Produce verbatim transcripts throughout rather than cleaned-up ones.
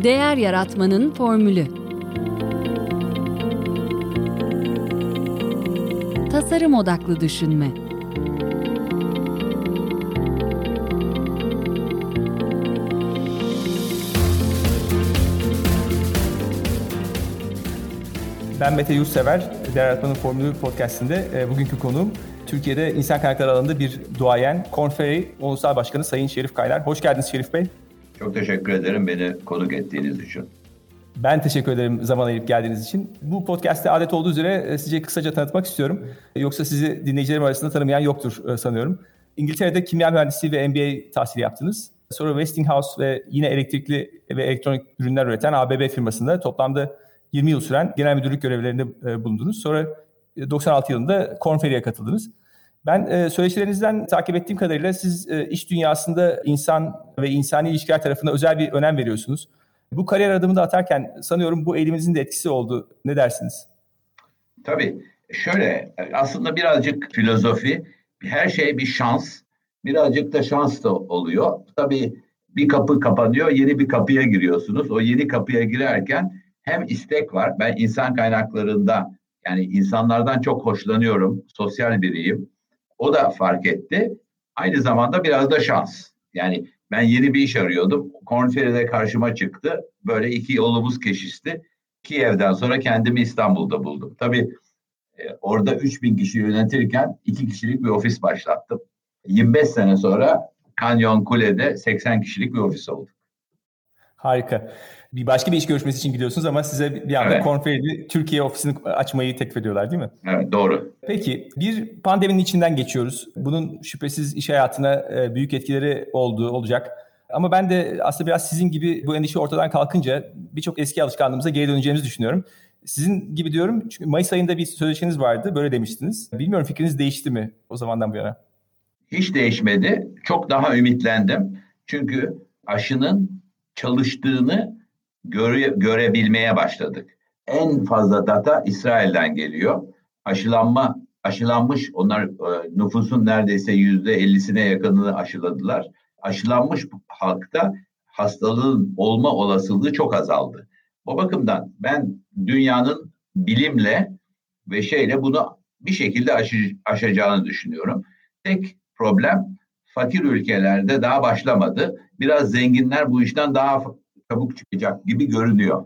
Değer yaratmanın formülü. Tasarım odaklı düşünme. Ben Mete Yurtsever, Değer Yaratmanın Formülü podcast'inde e, bugünkü konuğum Türkiye'de insan kaynakları alanında bir duayen, Korn Ferry Ulusal Başkanı Sayın Şerif Kaynar. Hoş geldiniz Şerif Bey. Çok teşekkür ederim beni konuk ettiğiniz için. Ben teşekkür ederim zaman ayırıp geldiğiniz için. Bu podcast'te adet olduğu üzere sizi kısaca tanıtmak istiyorum. Yoksa sizi dinleyicilerim arasında tanımayan yoktur sanıyorum. İngiltere'de kimya mühendisliği ve M B A tahsili yaptınız. Sonra Westinghouse ve yine elektrikli ve elektronik ürünler üreten A B B firmasında toplamda yirmi yıl süren genel müdürlük görevlerinde bulundunuz. Sonra doksan altı yılında Korn Ferry'e katıldınız. Ben söyleşilerinizden takip ettiğim kadarıyla siz iş dünyasında insan ve insani ilişkiler tarafına özel bir önem veriyorsunuz. Bu kariyer adımını da atarken sanıyorum bu eğiliminizin de etkisi oldu. Ne dersiniz? Tabii. Şöyle aslında birazcık filozofi, her şey bir şans. Birazcık da şans da oluyor. Tabii bir kapı kapanıyor, yeni bir kapıya giriyorsunuz. O yeni kapıya girerken hem istek var. Ben insan kaynaklarında yani insanlardan çok hoşlanıyorum. Sosyal biriyim. O da fark etti. Aynı zamanda biraz da şans. Yani ben yeni bir iş arıyordum. Korn Ferry'de karşıma çıktı. Böyle iki yolumuz kesişti. Kiev'den sonra kendimi İstanbul'da buldum. Tabii e, orada üç bin kişi yönetirken iki kişilik bir ofis başlattım. yirmi beş sene sonra Kanyon Kule'de seksen kişilik bir ofis oldu. Harika. Bir başka bir iş görüşmesi için gidiyorsunuz ama size bir anda Evet. Korn Ferry'de Türkiye ofisini açmayı teklif ediyorlar değil mi? Evet, doğru. Peki bir pandeminin içinden geçiyoruz. Bunun şüphesiz iş hayatına büyük etkileri olduğu olacak. Ama ben de aslında biraz sizin gibi bu endişe ortadan kalkınca birçok eski alışkanlığımıza geri döneceğimizi düşünüyorum. Sizin gibi diyorum çünkü Mayıs ayında bir söyleşiniz vardı. Böyle demiştiniz. Bilmiyorum fikriniz değişti mi o zamandan bu yana? Hiç değişmedi. Çok daha ümitlendim. Çünkü aşının çalıştığını göre, görebilmeye başladık. En fazla data İsrail'den geliyor. Aşılanma, aşılanmış onlar e, nüfusun neredeyse yüzde ellisine yakınını aşıladılar. Aşılanmış halkta hastalığın olma olasılığı çok azaldı. O bakımdan ben dünyanın bilimle ve şeyle bunu bir şekilde aşı, aşacağını düşünüyorum. Tek problem fakir ülkelerde daha başlamadı. Biraz zenginler bu işten daha çabuk çıkacak gibi görünüyor.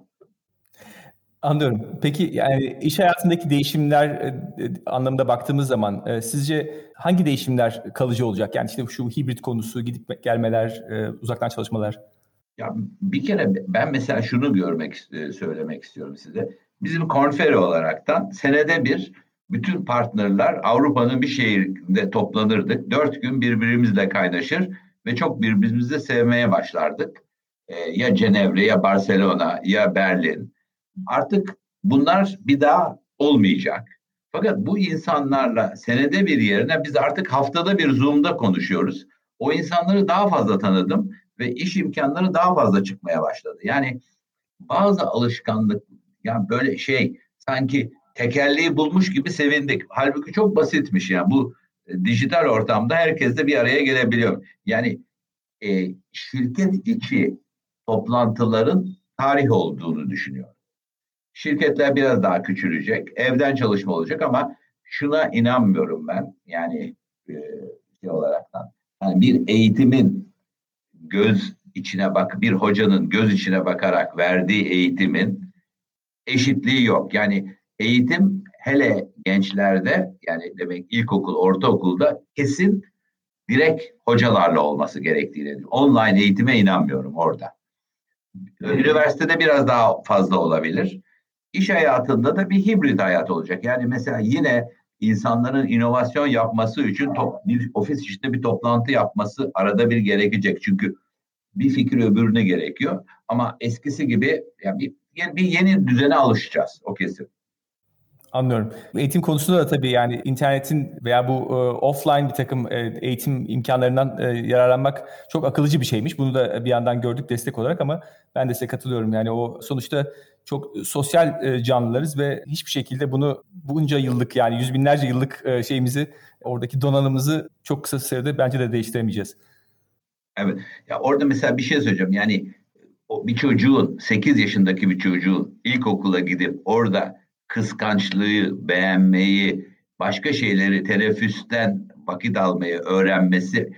Anlıyorum. Peki yani iş hayatındaki değişimler e, anlamında baktığımız zaman e, sizce hangi değişimler kalıcı olacak? Yani işte şu hibrit konusu, gidip gelmeler, e, uzaktan çalışmalar. Ya bir kere ben mesela şunu görmek, söylemek istiyorum size. Bizim Korn Ferry olaraktan senede bir bütün partnerler Avrupa'nın bir şehrinde toplanırdık. Dört gün birbirimizle kaynaşır ve çok birbirimizi sevmeye başlardık. Ee, ya Cenevre, ya Barcelona, ya Berlin. Artık bunlar bir daha olmayacak. Fakat bu insanlarla senede bir yerine biz artık haftada bir Zoom'da konuşuyoruz. O insanları daha fazla tanıdım ve iş imkanları daha fazla çıkmaya başladı. Yani bazı alışkanlık, yani böyle şey sanki tekelliği bulmuş gibi sevindik. Halbuki çok basitmiş yani bu e, dijital ortamda herkes de bir araya gelebiliyor. Yani e, şirket içi toplantıların tarih olduğunu düşünüyorum. Şirketler biraz daha küçülecek, evden çalışma olacak ama şuna inanmıyorum ben. Yani e, şey olaraktan. Yani bir eğitimin göz içine bak, bir hocanın göz içine bakarak verdiği eğitimin eşitliği yok. Yani eğitim hele gençlerde yani demek ilkokul, ortaokulda kesin direkt hocalarla olması gerektiğini. Online eğitime inanmıyorum orada. Üniversitede biraz daha fazla olabilir. İş hayatında da bir hibrit hayat olacak. Yani mesela yine insanların inovasyon yapması için top, bir ofis işte bir toplantı yapması arada bir gerekecek. Çünkü bir fikir öbürüne gerekiyor. Ama eskisi gibi yani bir, bir yeni düzene alışacağız o kesin. Anlıyorum. Eğitim konusunda da tabii yani internetin veya bu e, offline bir takım e, eğitim imkanlarından e, yararlanmak çok akıllıcı bir şeymiş. Bunu da bir yandan gördük destek olarak ama ben de size katılıyorum. Yani o sonuçta çok sosyal e, canlılarız ve hiçbir şekilde bunu bunca yıllık yani yüz binlerce yıllık e, şeyimizi oradaki donanımımızı çok kısa sürede bence de değiştiremeyeceğiz. Evet. Ya orada mesela bir şey söyleyeceğim. Yani o bir çocuğun, sekiz yaşındaki bir çocuğun ilkokula gidip orada kıskançlığı, beğenmeyi, başka şeyleri teneffüsten vakit almayı öğrenmesi,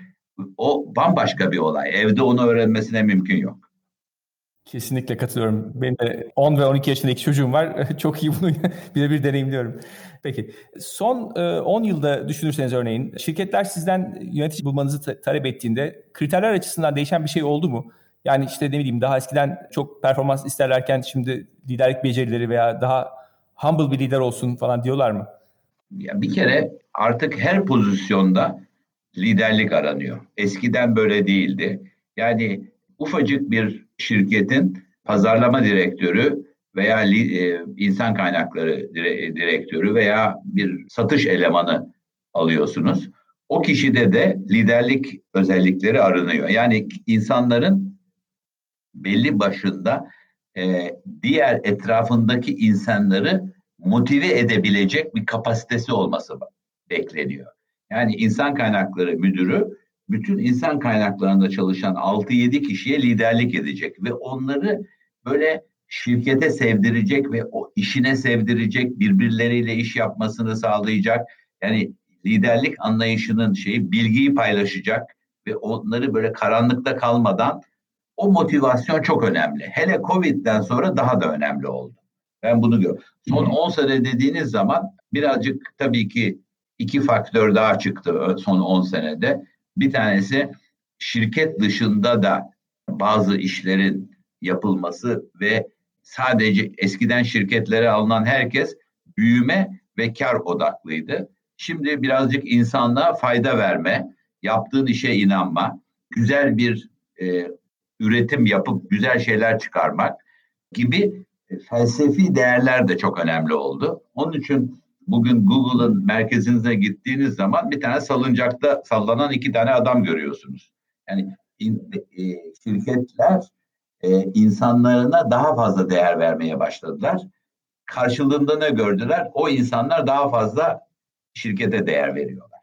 o bambaşka bir olay. Evde onu öğrenmesine mümkün yok. Kesinlikle katılıyorum. Benim de on ve on iki yaşındaki çocuğum var. Çok iyi bunu birebir deneyimliyorum. Peki son on yılda düşünürseniz örneğin şirketler sizden yönetici bulmanızı talep ettiğinde kriterler açısından değişen bir şey oldu mu? Yani işte ne bileyim daha eskiden çok performans isterlerken şimdi liderlik becerileri veya daha humble bir lider olsun falan diyorlar mı? Ya bir kere artık her pozisyonda liderlik aranıyor. Eskiden böyle değildi. Yani ufacık bir şirketin pazarlama direktörü veya e, insan kaynakları dire, direktörü veya bir satış elemanı alıyorsunuz. O kişide de liderlik özellikleri aranıyor. Yani insanların belli başında e, diğer etrafındaki insanları motive edebilecek bir kapasitesi olması bekleniyor. Yani insan kaynakları müdürü bütün insan kaynaklarında çalışan altı yedi kişiye liderlik edecek ve onları böyle şirkete sevdirecek ve o işine sevdirecek, birbirleriyle iş yapmasını sağlayacak. Yani liderlik anlayışının şeyi bilgiyi paylaşacak ve onları böyle karanlıkta kalmadan, o motivasyon çok önemli. Hele Covid'den sonra daha da önemli oldu. Ben bunu görüyorum. Son on sene dediğiniz zaman birazcık tabii ki iki faktör daha çıktı son on senede. Bir tanesi şirket dışında da bazı işlerin yapılması ve sadece eskiden şirketlere alınan herkes büyüme ve kar odaklıydı. Şimdi birazcık insanlığa fayda verme, yaptığın işe inanma, güzel bir e, üretim yapıp güzel şeyler çıkarmak gibi felsefi değerler de çok önemli oldu. Onun için bugün Google'ın merkezinize gittiğiniz zaman bir tane salıncakta sallanan iki tane adam görüyorsunuz. Yani in, e, şirketler e, insanlarına daha fazla değer vermeye başladılar. Karşılığında ne gördüler? O insanlar daha fazla şirkete değer veriyorlar.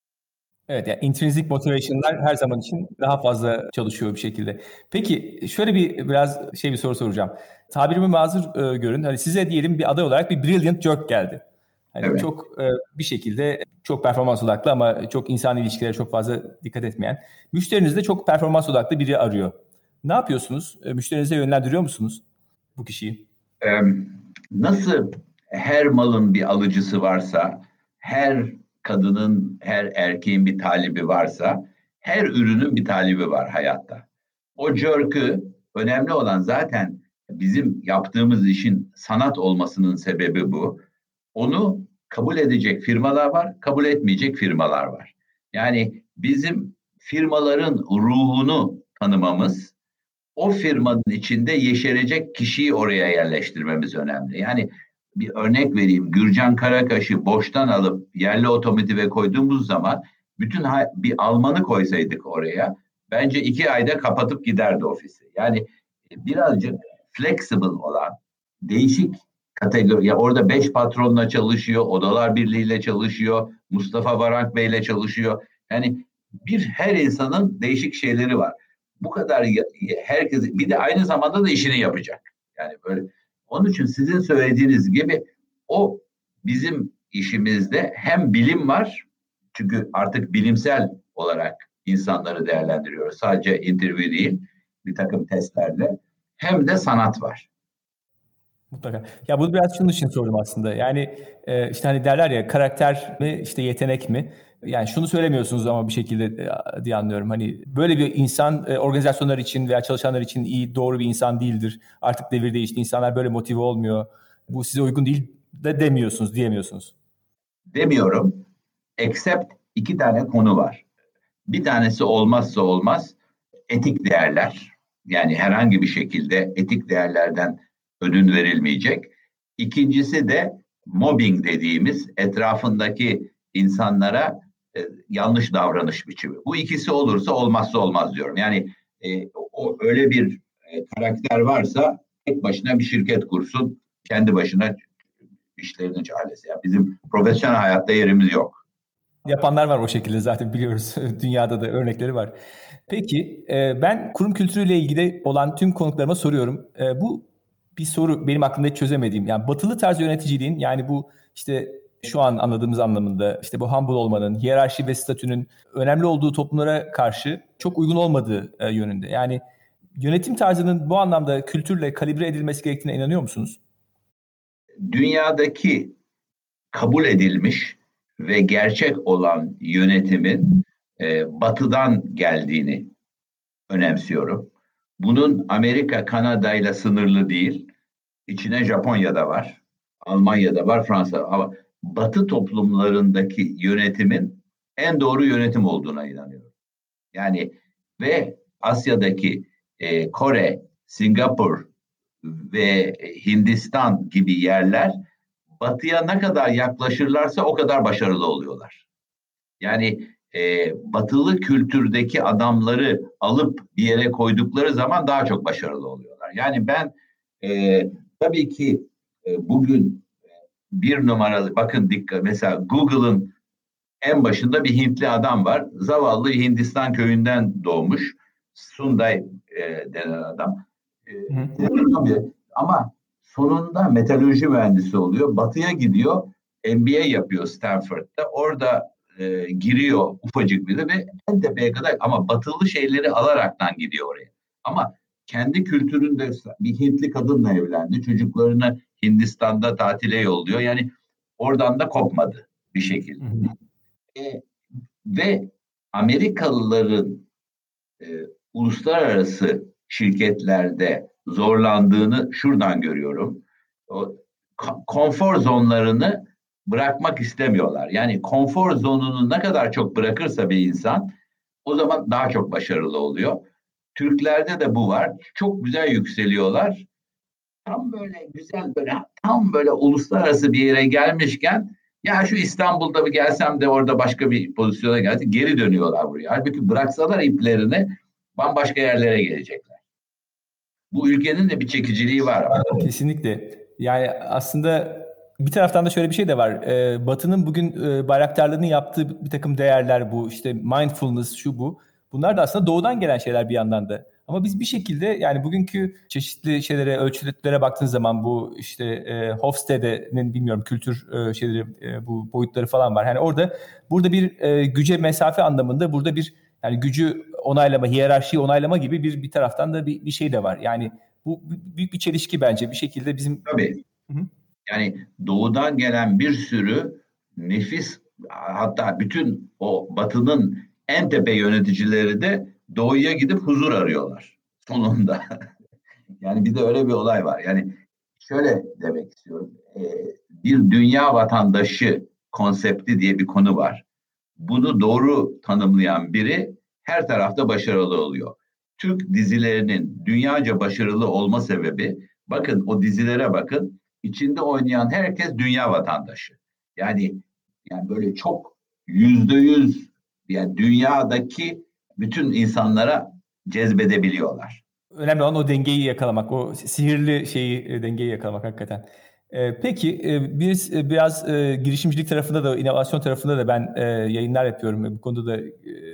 Evet, yani intrinsic motivation'lar her zaman için daha fazla çalışıyor bir şekilde. Peki şöyle bir biraz şey bir soru soracağım. Tabirimi mazur e, görün. Hani size diyelim bir aday olarak bir brilliant jerk geldi. Hani evet. Çok e, bir şekilde çok performans odaklı ama çok insan ilişkilere çok fazla dikkat etmeyen. Müşteriniz de çok performans odaklı biri arıyor. Ne yapıyorsunuz? E, müşterinize yönlendiriyor musunuz bu kişiyi? Ee, nasıl her malın bir alıcısı varsa, her kadının, her erkeğin bir talibi varsa, her ürünün bir talibi var hayatta. O jerk'ü, önemli olan zaten bizim yaptığımız işin sanat olmasının sebebi bu. Onu kabul edecek firmalar var, kabul etmeyecek firmalar var. Yani bizim firmaların ruhunu tanımamız, o firmanın içinde yeşerecek kişiyi oraya yerleştirmemiz önemli. Yani bir örnek vereyim. Gürcan Karakaş'ı boştan alıp yerli otomotive koyduğumuz zaman bütün bir Almanı koysaydık oraya, bence iki ayda kapatıp giderdi ofisi. Yani birazcık flexible olan, değişik kategori. Ya orada beş patronla çalışıyor, Odalar Birliği'yle çalışıyor, Mustafa Varank Bey'le çalışıyor. Yani bir her insanın değişik şeyleri var. Bu kadar herkes, bir de aynı zamanda da işini yapacak. Yani böyle. Onun için sizin söylediğiniz gibi o bizim işimizde hem bilim var, çünkü artık bilimsel olarak insanları değerlendiriyoruz. Sadece interview değil, bir takım testlerle, hem de sanat var. Mutlaka. Ya bunu biraz şunun için sordum aslında. Yani e, işte hani derler ya, karakter mi işte yetenek mi? Yani şunu söylemiyorsunuz ama bir şekilde e, diye anlıyorum. Hani böyle bir insan e, organizasyonlar için veya çalışanlar için iyi, doğru bir insan değildir. Artık devir değişti. İnsanlar böyle motive olmuyor. Bu size uygun değil de demiyorsunuz, diyemiyorsunuz. Demiyorum. Except iki tane konu var. Bir tanesi olmazsa olmaz etik değerler. Yani herhangi bir şekilde etik değerlerden ödün verilmeyecek. İkincisi de mobbing dediğimiz etrafındaki insanlara e, yanlış davranış biçimi. Bu ikisi olursa olmazsa olmaz diyorum. Yani e, o öyle bir e, karakter varsa tek başına bir şirket kursun, kendi başına işlerini çaresi. Yani bizim profesyonel hayatta yerimiz yok. Yapanlar var o şekilde zaten biliyoruz. Dünyada da örnekleri var. Peki ben kurum kültürüyle ilgili olan tüm konuklarıma soruyorum. Bu bir soru benim aklımda hiç çözemediğim. Yani batılı tarz yöneticiliğin, yani bu işte şu an anladığımız anlamında işte bu humble olmanın, hiyerarşi ve statünün önemli olduğu toplumlara karşı çok uygun olmadığı yönünde. Yani yönetim tarzının bu anlamda kültürle kalibre edilmesi gerektiğine inanıyor musunuz? Dünyadaki kabul edilmiş ve gerçek olan yönetimin e, batıdan geldiğini önemsiyorum. Bunun Amerika, Kanada ile sınırlı değil. İçine Japonya'da var, Almanya'da var, Fransa. Ama Batı toplumlarındaki yönetimin en doğru yönetim olduğuna inanıyorum. Yani ve Asya'daki e, Kore, Singapur ve Hindistan gibi yerler Batı'ya ne kadar yaklaşırlarsa o kadar başarılı oluyorlar. Yani e, Batılı kültürdeki adamları alıp bir yere koydukları zaman daha çok başarılı oluyorlar. Yani ben e, tabii ki e, bugün bir numaralı, bakın dikkat, mesela Google'ın en başında bir Hintli adam var. Zavallı Hindistan köyünden doğmuş. Sundar e, denen adam. E, hı. Ama sonunda metalurji mühendisi oluyor. Batı'ya gidiyor. M B A yapıyor Stanford'da. Orada e, giriyor ufacık biri ve en tepeye kadar, ama batılı şeyleri alaraktan gidiyor oraya. Ama kendi kültüründe bir Hintli kadınla evlendi. Çocuklarını Hindistan'da tatile yolluyor. Yani oradan da kopmadı bir şekilde. E, ve Amerikalıların e, uluslararası şirketlerde zorlandığını şuradan görüyorum. O, konfor zonlarını bırakmak istemiyorlar. Yani konfor zonunu ne kadar çok bırakırsa bir insan, o zaman daha çok başarılı oluyor. Türklerde de bu var. Çok güzel yükseliyorlar. Tam böyle güzel, böyle tam böyle uluslararası bir yere gelmişken, ya şu İstanbul'da bir gelsem de orada başka bir pozisyona geldi, geri dönüyorlar buraya. Halbuki bıraksalar iplerini bambaşka yerlere gelecekler. Bu ülkenin de bir çekiciliği var. Kesinlikle. Yani aslında bir taraftan da şöyle bir şey de var. Ee, Batı'nın bugün e, bayraktarlığının yaptığı bir takım değerler, bu işte mindfulness, şu bu. Bunlar da aslında doğudan gelen şeyler bir yandan da. Ama biz bir şekilde, yani bugünkü çeşitli şeylere, ölçütlere baktığın zaman, bu işte e, Hofstede'nin bilmiyorum kültür e, şeyleri, e, bu boyutları falan var. Yani orada burada bir e, güce mesafe anlamında, burada bir yani gücü onaylama, hiyerarşiyi onaylama gibi bir bir taraftan da bir, bir şey de var. Yani bu büyük bir çelişki bence bir şekilde bizim. Tabii. Hı hı. Yani doğudan gelen bir sürü nefis, hatta bütün o Batı'nın en tepe yöneticileri de doğuya gidip huzur arıyorlar sonunda. Yani bir de öyle bir olay var. Yani şöyle demek istiyorum. Ee, bir dünya vatandaşı konsepti diye bir konu var. Bunu doğru tanımlayan biri her tarafta başarılı oluyor. Türk dizilerinin dünyaca başarılı olma sebebi, bakın o dizilere bakın, içinde oynayan herkes dünya vatandaşı. Yani yani böyle çok yüzde yüz, yani dünyadaki bütün insanlara cezbedebiliyorlar. Önemli olan o dengeyi yakalamak, o sihirli şeyi, dengeyi yakalamak hakikaten. Ee, peki biz biraz e, girişimcilik tarafında da, inovasyon tarafında da ben e, yayınlar yapıyorum. Bu konuda da e,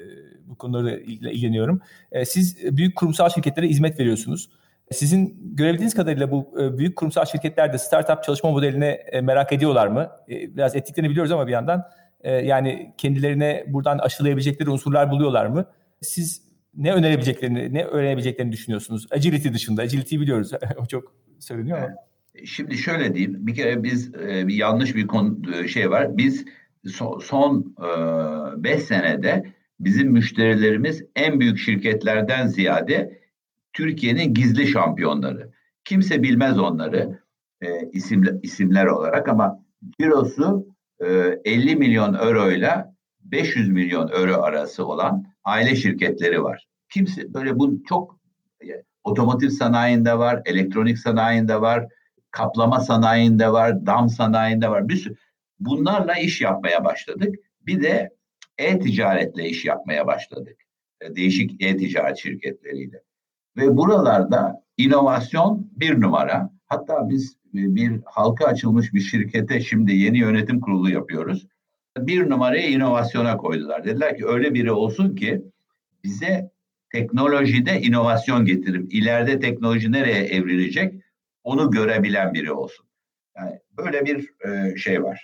bu konularla ilgileniyorum. E, siz büyük kurumsal şirketlere hizmet veriyorsunuz. Sizin görebildiğiniz kadarıyla bu e, büyük kurumsal şirketler de startup çalışma modeline e, merak ediyorlar mı? E, biraz ettiklerini biliyoruz ama bir yandan e, yani kendilerine buradan aşılayabilecekleri unsurlar buluyorlar mı? Siz ne önerebileceklerini, ne öğrenebileceklerini düşünüyorsunuz? Agility dışında. Agility'yi biliyoruz. O çok söyleniyor ama. Şimdi şöyle diyeyim. Bir kere biz e, bir yanlış bir konu şey var. Biz so, son beş e, senede bizim müşterilerimiz en büyük şirketlerden ziyade Türkiye'nin gizli şampiyonları. Kimse bilmez onları e, isim, isimler olarak, ama cirosu e, elli milyon euro ile beş yüz milyon euro arası olan aile şirketleri var. Kimse böyle, bu çok e, otomotiv sanayinde var, elektronik sanayinde var, kaplama sanayinde var, dam sanayinde var. Bir sürü. Bunlarla iş yapmaya başladık. Bir de e-ticaretle iş yapmaya başladık. Değişik e-ticaret şirketleriyle. Ve buralarda inovasyon bir numara. Hatta biz bir halka açılmış bir şirkete şimdi yeni yönetim kurulu yapıyoruz. bir numarayı inovasyona koydular. Dediler ki öyle biri olsun ki bize teknolojide inovasyon getirip ileride teknoloji nereye evrilecek onu görebilen biri olsun. Yani böyle bir e, şey var.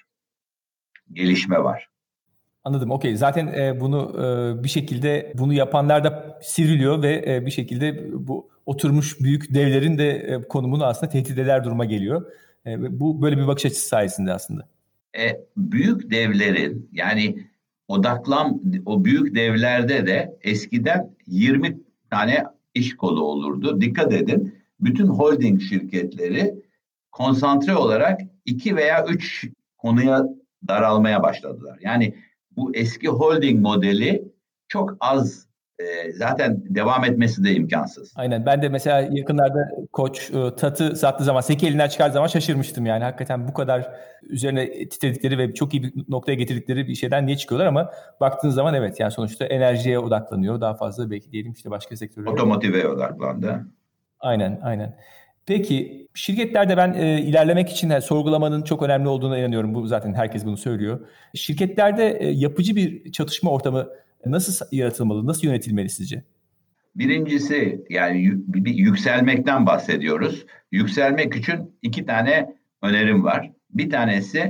Gelişme var. Anladım. Okey. Zaten e, bunu e, bir şekilde bunu yapanlar da sivriliyor ve e, bir şekilde bu oturmuş büyük devlerin de e, konumunu aslında tehdit eder duruma geliyor. E, bu böyle bir bakış açısı sayesinde aslında. E, büyük devlerin yani odaklan o büyük devlerde de eskiden yirmi tane iş kolu olurdu. Dikkat edin. Bütün holding şirketleri konsantre olarak iki veya üç konuya daralmaya başladılar. Yani bu eski holding modeli çok az e, zaten devam etmesi de imkansız. Aynen. Ben de mesela yakınlarda Koç e, Tat'ı sattığı zaman, Seki elinden çıkardığı zaman şaşırmıştım yani. Hakikaten bu kadar üzerine titredikleri ve çok iyi bir noktaya getirdikleri bir şeyden niye çıkıyorlar ama baktığınız zaman evet yani sonuçta enerjiye odaklanıyor. Daha fazla belki diyelim işte başka sektörlere. Otomotive odaklandı. Aynen, aynen. Peki şirketlerde ben e, ilerlemek için yani, sorgulamanın çok önemli olduğuna inanıyorum. Bu zaten herkes bunu söylüyor. Şirketlerde e, yapıcı bir çatışma ortamı nasıl yaratılmalı, nasıl yönetilmeli sizce? Birincisi yani bir yükselmekten bahsediyoruz. Yükselmek için iki tane önerim var. Bir tanesi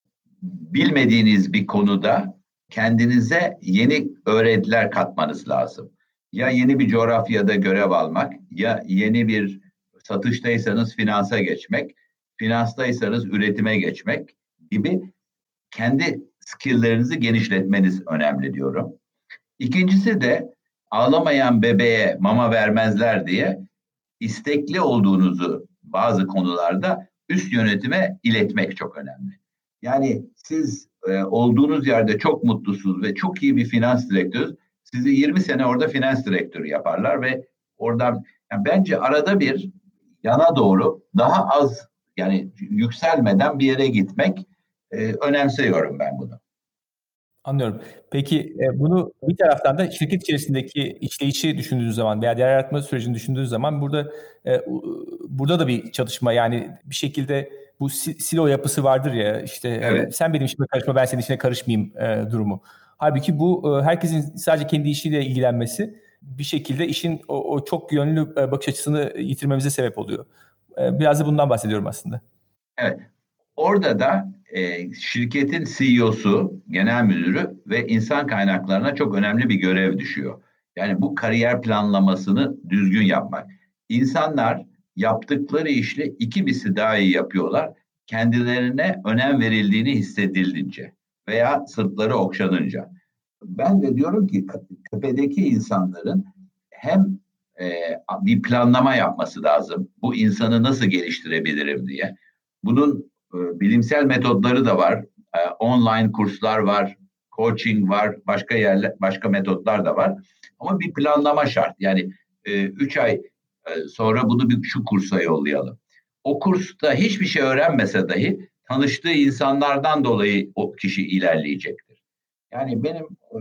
bilmediğiniz bir konuda kendinize yeni öğretiler katmanız lazım. Ya yeni bir coğrafyada görev almak, ya yeni bir satıştaysanız finansa geçmek, finanstaysanız üretime geçmek gibi kendi skill'lerinizi genişletmeniz önemli diyorum. İkincisi de ağlamayan bebeğe mama vermezler diye istekli olduğunuzu bazı konularda üst yönetime iletmek çok önemli. Yani siz e, olduğunuz yerde çok mutlusunuz ve çok iyi bir finans direktörü, sizi yirmi sene orada finans direktörü yaparlar ve oradan yani bence arada bir yana doğru daha az yani yükselmeden bir yere gitmek e, önemsiyorum ben bunu. Anlıyorum. Peki e, bunu bir taraftan da şirket içerisindeki işleyişi düşündüğünüz zaman veya değer yaratma sürecini düşündüğünüz zaman burada e, burada da bir çatışma yani bir şekilde bu silo yapısı vardır ya işte Evet. sen benim işime karışma ben senin işine karışmayayım e, durumu. Halbuki bu e, herkesin sadece kendi işiyle ilgilenmesi bir şekilde işin o, o çok yönlü e, bakış açısını yitirmemize sebep oluyor. E, biraz da bundan bahsediyorum aslında. Evet. Orada da e, şirketin C E O'su, genel müdürü ve insan kaynaklarına çok önemli bir görev düşüyor. Yani bu kariyer planlamasını düzgün yapmak. İnsanlar yaptıkları işle iki misli daha iyi yapıyorlar. Kendilerine önem verildiğini hissedildiğince veya sırtları okşanınca. Ben de diyorum ki tepedeki insanların hem e, bir planlama yapması lazım. Bu insanı nasıl geliştirebilirim diye. Bunun e, bilimsel metotları da var. E, online kurslar var, coaching var, başka yerler, başka metotlar da var. Ama bir planlama şart. Yani e, üç ay e, sonra bunu bir şu kursa yollayalım. O kursta hiçbir şey öğrenmese dahi tanıştığı insanlardan dolayı o kişi ilerleyecektir. Yani benim e,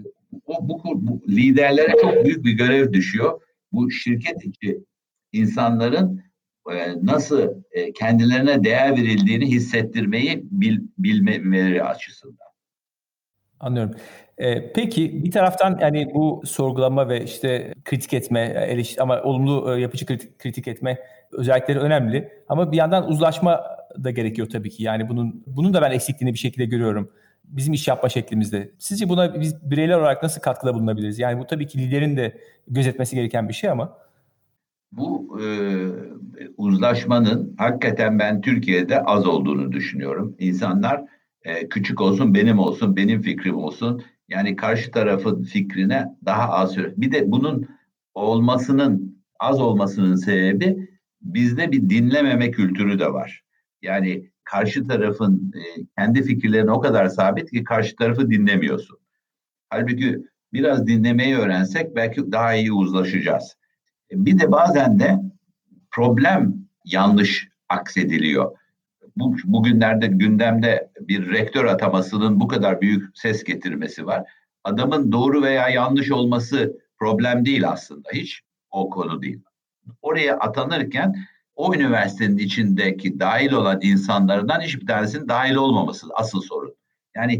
o bu, bu liderlere çok büyük bir görev düşüyor. Bu şirket içi insanların nasıl kendilerine değer verildiğini hissettirmeyi bil, bilmeleri açısından. Anlıyorum. Ee, peki bir taraftan yani bu sorgulama ve işte kritik etme, eleş ama olumlu yapıcı kritik, kritik etme özellikleri önemli. Ama bir yandan uzlaşma da gerekiyor tabii ki. Yani bunun bunun da ben eksikliğini bir şekilde görüyorum. Bizim iş yapma şeklimizde. Sizce buna biz bireyler olarak nasıl katkıda bulunabiliriz? Yani bu tabii ki liderin de gözetmesi gereken bir şey ama. Bu e, uzlaşmanın hakikaten ben Türkiye'de az olduğunu düşünüyorum. İnsanlar e, küçük olsun, benim olsun, benim fikrim olsun. Yani karşı tarafın fikrine daha az. Bir de bunun olmasının, az olmasının sebebi bizde bir dinlememe kültürü de var. Yani karşı tarafın e, kendi fikirlerine o kadar sabit ki karşı tarafı dinlemiyorsun. Halbuki biraz dinlemeyi öğrensek belki daha iyi uzlaşacağız. Bir de bazen de problem yanlış aksediliyor. Bu, bugünlerde gündemde bir rektör atamasının bu kadar büyük ses getirmesi var. Adamın doğru veya yanlış olması problem değil aslında. Hiç o konu değil. Oraya atanırken o üniversitenin içindeki dahil olan insanlardan hiçbir tanesinin dahil olmaması asıl sorun. Yani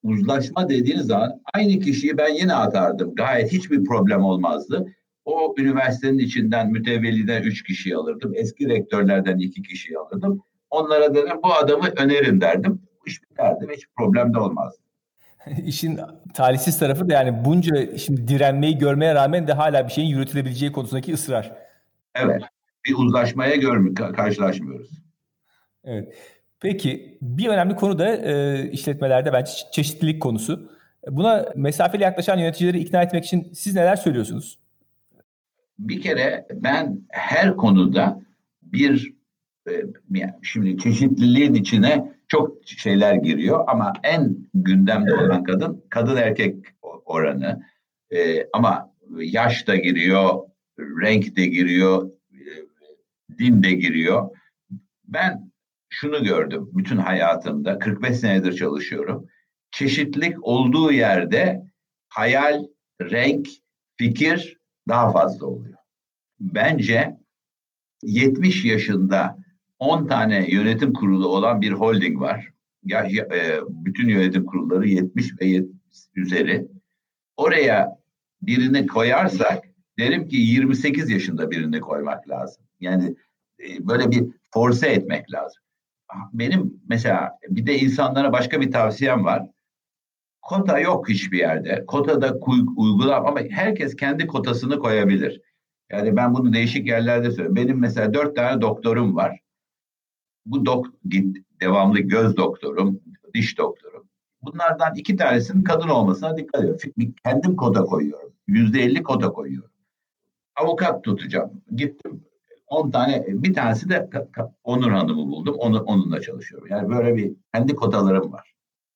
uzlaşma dediğiniz zaman aynı kişiyi ben yine atardım. Gayet hiçbir problem olmazdı. O üniversitenin içinden mütevelliden üç kişiyi alırdım. Eski rektörlerden iki kişiyi alırdım. Onlara dedim bu adamı önerin derdim. İş biterdi ve hiç problem de olmazdı. İşin talihsiz tarafı da yani bunca şimdi direnmeyi görmeye rağmen de hala bir şeyin yürütülebileceği konusundaki ısrar. Evet. Bir uzlaşmaya görmü karşılaşmıyoruz. Evet. Peki bir önemli konu da e, işletmelerde bence çeşitlilik konusu. Buna mesafeli yaklaşan yöneticileri ikna etmek için siz neler söylüyorsunuz? Bir kere ben her konuda bir e, yani şimdi çeşitliliğin içine çok şeyler giriyor ama en gündemde olan kadın kadın erkek oranı. E, ama yaş da giriyor, renk de giriyor, e, din de giriyor. Ben şunu gördüm bütün hayatımda, kırk beş senedir çalışıyorum. Çeşitlilik olduğu yerde hayal, renk, fikir daha fazla oluyor. Bence yetmiş yaşında on tane yönetim kurulu olan bir holding var. Ya, ya, e, bütün yönetim kurulları yetmiş ve yetmiş üzeri. Oraya birini koyarsak derim ki yirmi sekiz yaşında birini koymak lazım. Yani e, böyle bir force etmek lazım. Benim mesela bir de insanlara başka bir tavsiyem var. Kota yok hiçbir yerde. Kotada uygulam ama herkes kendi kotasını koyabilir. Yani ben bunu değişik yerlerde söylüyorum. Benim mesela dört tane doktorum var. Bu dok devamlı göz doktorum, diş doktorum. Bunlardan iki tanesinin kadın olmasına dikkat ediyorum. Kendim kota koyuyorum. Yüzde elli kota koyuyorum. Avukat tutacağım. Gittim on tane, bir tanesi de Onur Hanım'ı buldum. Onu, onunla çalışıyorum. Yani böyle bir kendi kotalarım var.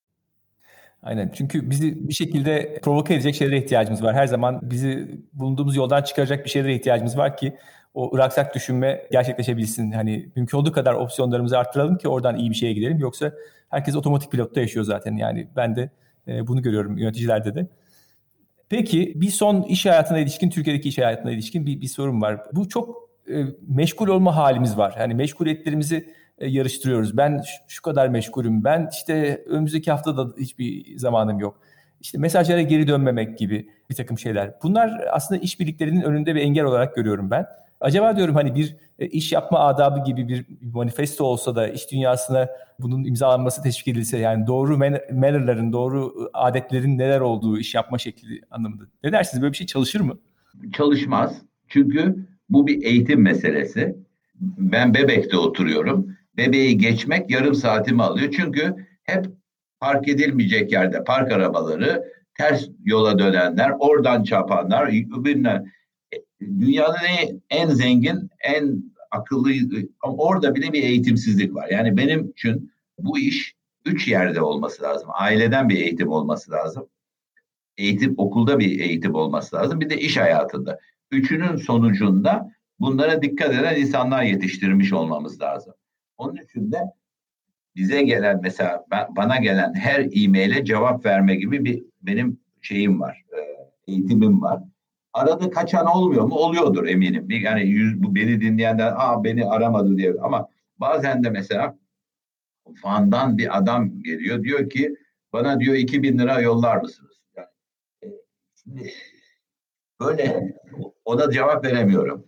Aynen. Çünkü bizi bir şekilde provoke edecek şeylere ihtiyacımız var. Her zaman bizi bulunduğumuz yoldan çıkaracak bir şeylere ihtiyacımız var ki o ıraksak düşünme gerçekleşebilsin. Hani mümkün olduğu kadar opsiyonlarımızı arttıralım ki oradan iyi bir şeye gidelim. Yoksa herkes otomatik pilotta yaşıyor zaten. Yani ben de e, bunu görüyorum yöneticilerde de. Peki bir son iş hayatına ilişkin, Türkiye'deki iş hayatına ilişkin bir, bir sorun var. Bu çok e, meşgul olma halimiz var. Yani meşguliyetlerimizi e, yarıştırıyoruz. Ben şu, şu kadar meşgulüm. Ben işte önümüzdeki hafta da hiçbir zamanım yok. İşte mesajlara geri dönmemek gibi bir takım şeyler. Bunlar aslında işbirliklerinin önünde bir engel olarak görüyorum ben. Acaba diyorum hani bir e, iş yapma adabı gibi bir manifesto olsa da iş dünyasına bunun imzalanması teşvik edilse, yani doğru mannerların, doğru adetlerin neler olduğu iş yapma şekli anlamında. Ne dersiniz? Böyle bir şey çalışır mı? Çalışmaz. Çünkü bu bir eğitim meselesi. Ben Bebek'te oturuyorum. Bebeği geçmek yarım saatimi alıyor. Çünkü hep park edilmeyecek yerde park arabaları, ters yola dönenler, oradan çarpanlar, bilmem. Dünyanın en, en zengin, en akıllı, ama orada bile bir eğitimsizlik var. Yani benim için bu iş üç yerde olması lazım. Aileden bir eğitim olması lazım. Eğitim, okulda bir eğitim olması lazım. Bir de iş hayatında. Üçünün sonucunda bunlara dikkat eden insanlar yetiştirmiş olmamız lazım. Onun için de bize gelen, mesela ben, bana gelen her e-maile cevap verme gibi bir benim şeyim var. Eğitimim var. Arada kaçan olmuyor mu? Oluyordur eminim. Yani yüz, bu beni dinleyenler aa beni aramadı diye. Ama bazen de mesela Van'dan bir adam geliyor. Diyor ki bana diyor iki bin lira yollar mısınız? Yani, e, şimdi böyle ona cevap veremiyorum.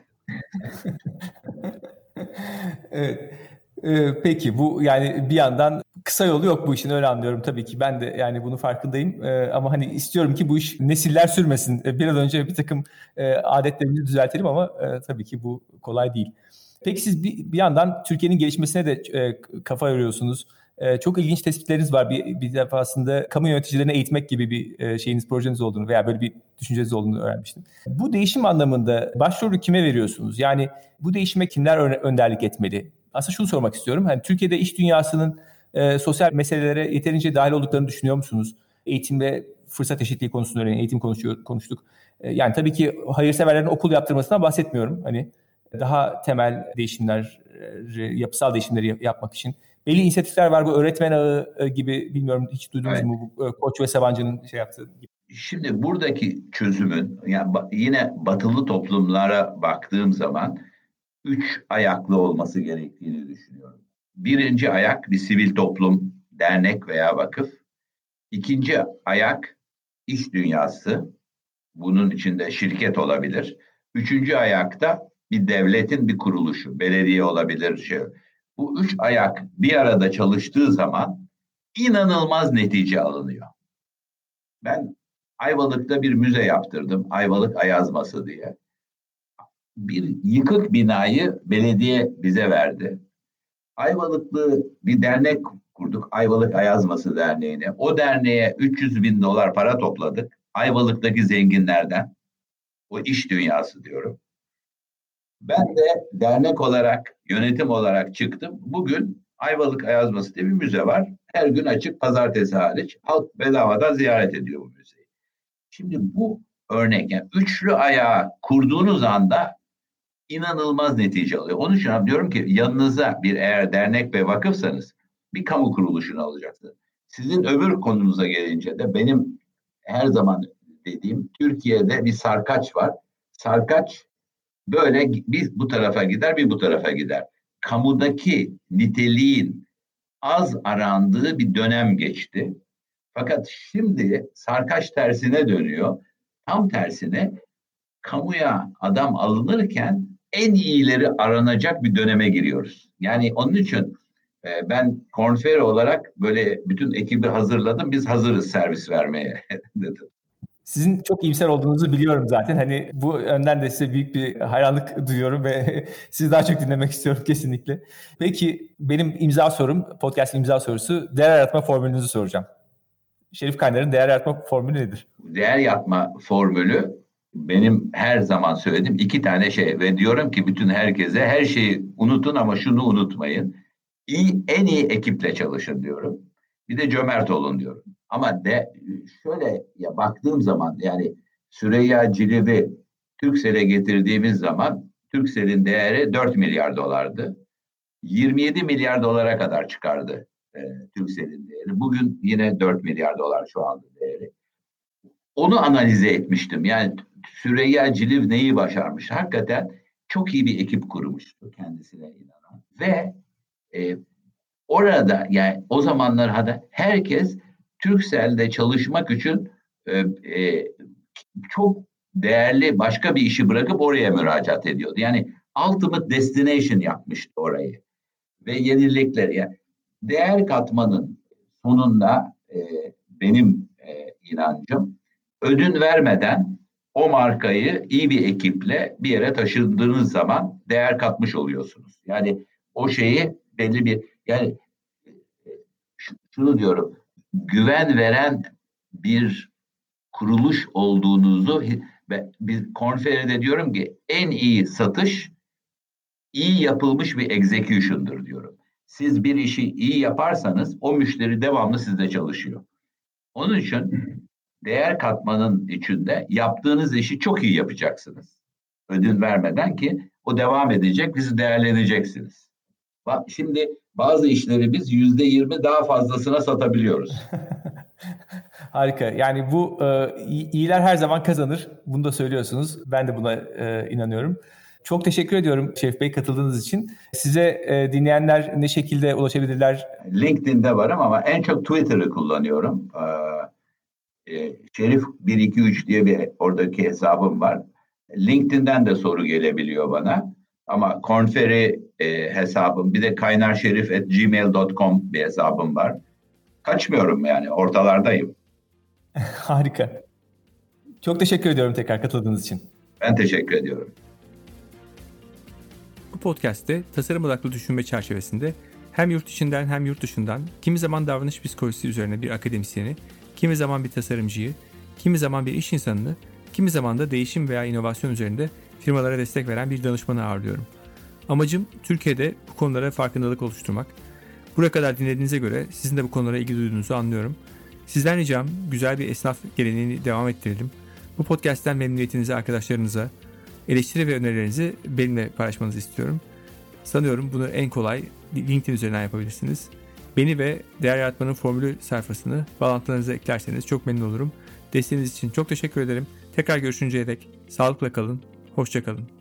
Evet. Ee, peki bu yani bir yandan kısa yolu yok bu işin, öyle anlıyorum tabii ki. Ben de yani bunun farkındayım. Ee, ama hani istiyorum ki bu iş nesiller sürmesin. Ee, biraz önce bir takım e, adetlerimizi düzeltelim ama e, tabii ki bu kolay değil. Peki siz bir, bir yandan Türkiye'nin gelişmesine de e, kafa yoruyorsunuz. E, çok ilginç tespitleriniz var. Bir, bir defasında kamu yöneticilerini eğitmek gibi bir e, şeyiniz, projeniz olduğunu veya böyle bir düşünceniz olduğunu öğrenmiştim. Bu değişim anlamında başrolü kime veriyorsunuz? Yani bu değişime kimler önderlik etmeli? Aslında şunu sormak istiyorum. Hani Türkiye'de iş dünyasının e, sosyal meselelere yeterince dahil olduklarını düşünüyor musunuz? Eğitim ve fırsat eşitliği konusunda örneğin eğitim konuşuyor, konuştuk. E, yani tabii ki hayırseverlerin okul yaptırmasından bahsetmiyorum. Hani daha temel değişimler, yapısal değişimleri yapmak için. Belli inisiyatifler var, bu öğretmen ağı gibi, bilmiyorum hiç duydunuz evet. mu? Bu Koç ve Sabancı'nın şey yaptığı gibi. Şimdi buradaki çözümün, yani yine batılı toplumlara baktığım zaman üç ayaklı olması gerektiğini düşünüyorum. Birinci ayak bir sivil toplum, dernek veya vakıf. İkinci ayak iş dünyası. Bunun içinde şirket olabilir. Üçüncü ayakta bir devletin bir kuruluşu, belediye olabilir. Şey. Bu üç ayak bir arada çalıştığı zaman inanılmaz netice alınıyor. Ben Ayvalık'ta bir müze yaptırdım. Ayvalık Ayazması diye. Bir yıkık binayı belediye bize verdi. Ayvalıklı bir dernek kurduk. Ayvalık Ayazması Derneği'ne. O derneğe üç yüz bin dolar para topladık. Ayvalık'taki zenginlerden. O iş dünyası diyorum. Ben de dernek olarak, yönetim olarak çıktım. Bugün Ayvalık Ayazması diye bir müze var. Her gün açık, pazartesi hariç. Halk bedavadan ziyaret ediyor bu müzeyi. Şimdi bu örnek, yani üçlü ayağı kurduğunuz anda inanılmaz netice alıyor. Onun için diyorum ki yanınıza bir eğer dernek ve vakıfsanız bir kamu kuruluşunu alacaksınız. Sizin öbür konunuza gelince de benim her zaman dediğim Türkiye'de bir sarkaç var. Sarkaç böyle bir bu tarafa gider bir bu tarafa gider. Kamudaki niteliğin az arandığı bir dönem geçti. Fakat şimdi sarkaç tersine dönüyor. Tam tersine kamuya adam alınırken en iyileri aranacak bir döneme giriyoruz. Yani onun için e, ben Kornferry olarak böyle bütün ekibi hazırladım. Biz hazırız servis vermeye dedim. Sizin çok iyimser olduğunuzu biliyorum zaten. Hani bu yönden de size büyük bir hayranlık duyuyorum ve sizi daha çok dinlemek istiyorum kesinlikle. Peki benim imza sorum, podcast imza sorusu, değer yaratma formülünüzü soracağım. Şerif Kaynar'ın değer yaratma formülü nedir? Değer yaratma formülü benim her zaman söylediğim iki tane şey ve diyorum ki bütün herkese her şeyi unutun ama şunu unutmayın. İyi, en iyi ekiple çalışın diyorum. Bir de cömert olun diyorum. Ama de şöyle ya baktığım zaman yani Süreyya Ciliv'i Turkcell'e getirdiğimiz zaman Turkcell'in değeri dört milyar dolardı. yirmi yedi milyar dolara kadar çıkardı e, Turkcell'in değeri. Bugün yine dört milyar dolar şu anda değeri. Onu analize etmiştim. Yani Süreyya Ciliv neyi başarmış? Hakikaten çok iyi bir ekip kurmuştu kendisine inanan. Ve e, orada yani o zamanlar hada herkes Turkcell'de çalışmak için e, e, çok değerli başka bir işi bırakıp oraya müracaat ediyordu. Yani ultimate destination yapmıştı orayı. Ve yenilikler yani değer katmanın sonunda e, benim e, inancım ödün vermeden o markayı iyi bir ekiple bir yere taşındığınız zaman değer katmış oluyorsunuz. Yani o şeyi belli bir yani şunu diyorum güven veren bir kuruluş olduğunuzu ve biz Kornferry'de diyorum ki en iyi satış iyi yapılmış bir execution'dır diyorum. Siz bir işi iyi yaparsanız o müşteri devamlı sizde çalışıyor. Onun için değer katmanın içinde yaptığınız işi çok iyi yapacaksınız. Ödün vermeden ki o devam edecek, bizi değerleneceksiniz. Bak şimdi bazı işleri biz yüzde yirmi daha fazlasına satabiliyoruz. Harika. Yani bu e, iyiler her zaman kazanır. Bunu da söylüyorsunuz. Ben de buna e, inanıyorum. Çok teşekkür ediyorum Şerif Bey katıldığınız için. Size e, dinleyenler ne şekilde ulaşabilirler? LinkedIn'de varım ama en çok Twitter'ı kullanıyorum. Ee, Şerif bir iki üç diye bir oradaki hesabım var. LinkedIn'den de soru gelebiliyor bana. Ama Kornferry e, hesabım, bir de kaynarşerif at gmail dot com bir hesabım var. Kaçmıyorum yani, ortalardayım. Harika. Çok teşekkür ediyorum tekrar katıldığınız için. Ben teşekkür ediyorum. Bu podcast'te tasarım odaklı düşünme çerçevesinde hem yurt içinden hem yurt dışından kimi zaman davranış psikolojisi üzerine bir akademisyeni, kimi zaman bir tasarımcıyı, kimi zaman bir iş insanını, kimi zaman da değişim veya inovasyon üzerinde firmalara destek veren bir danışmanı ağırlıyorum. Amacım Türkiye'de bu konulara farkındalık oluşturmak. Buraya kadar dinlediğinize göre sizin de bu konulara ilgi duyduğunuzu anlıyorum. Sizden ricam güzel bir esnaf geleneğini devam ettirelim. Bu podcast'ten memnuniyetinizi arkadaşlarınıza, eleştiri ve önerilerinizi benimle paylaşmanızı istiyorum. Sanıyorum bunu en kolay LinkedIn üzerinden yapabilirsiniz. Beni ve Değer Yaratmanın Formülü sayfasını bağlantılarınıza eklerseniz çok memnun olurum. Desteğiniz için çok teşekkür ederim. Tekrar görüşünceye dek sağlıkla kalın, hoşça kalın.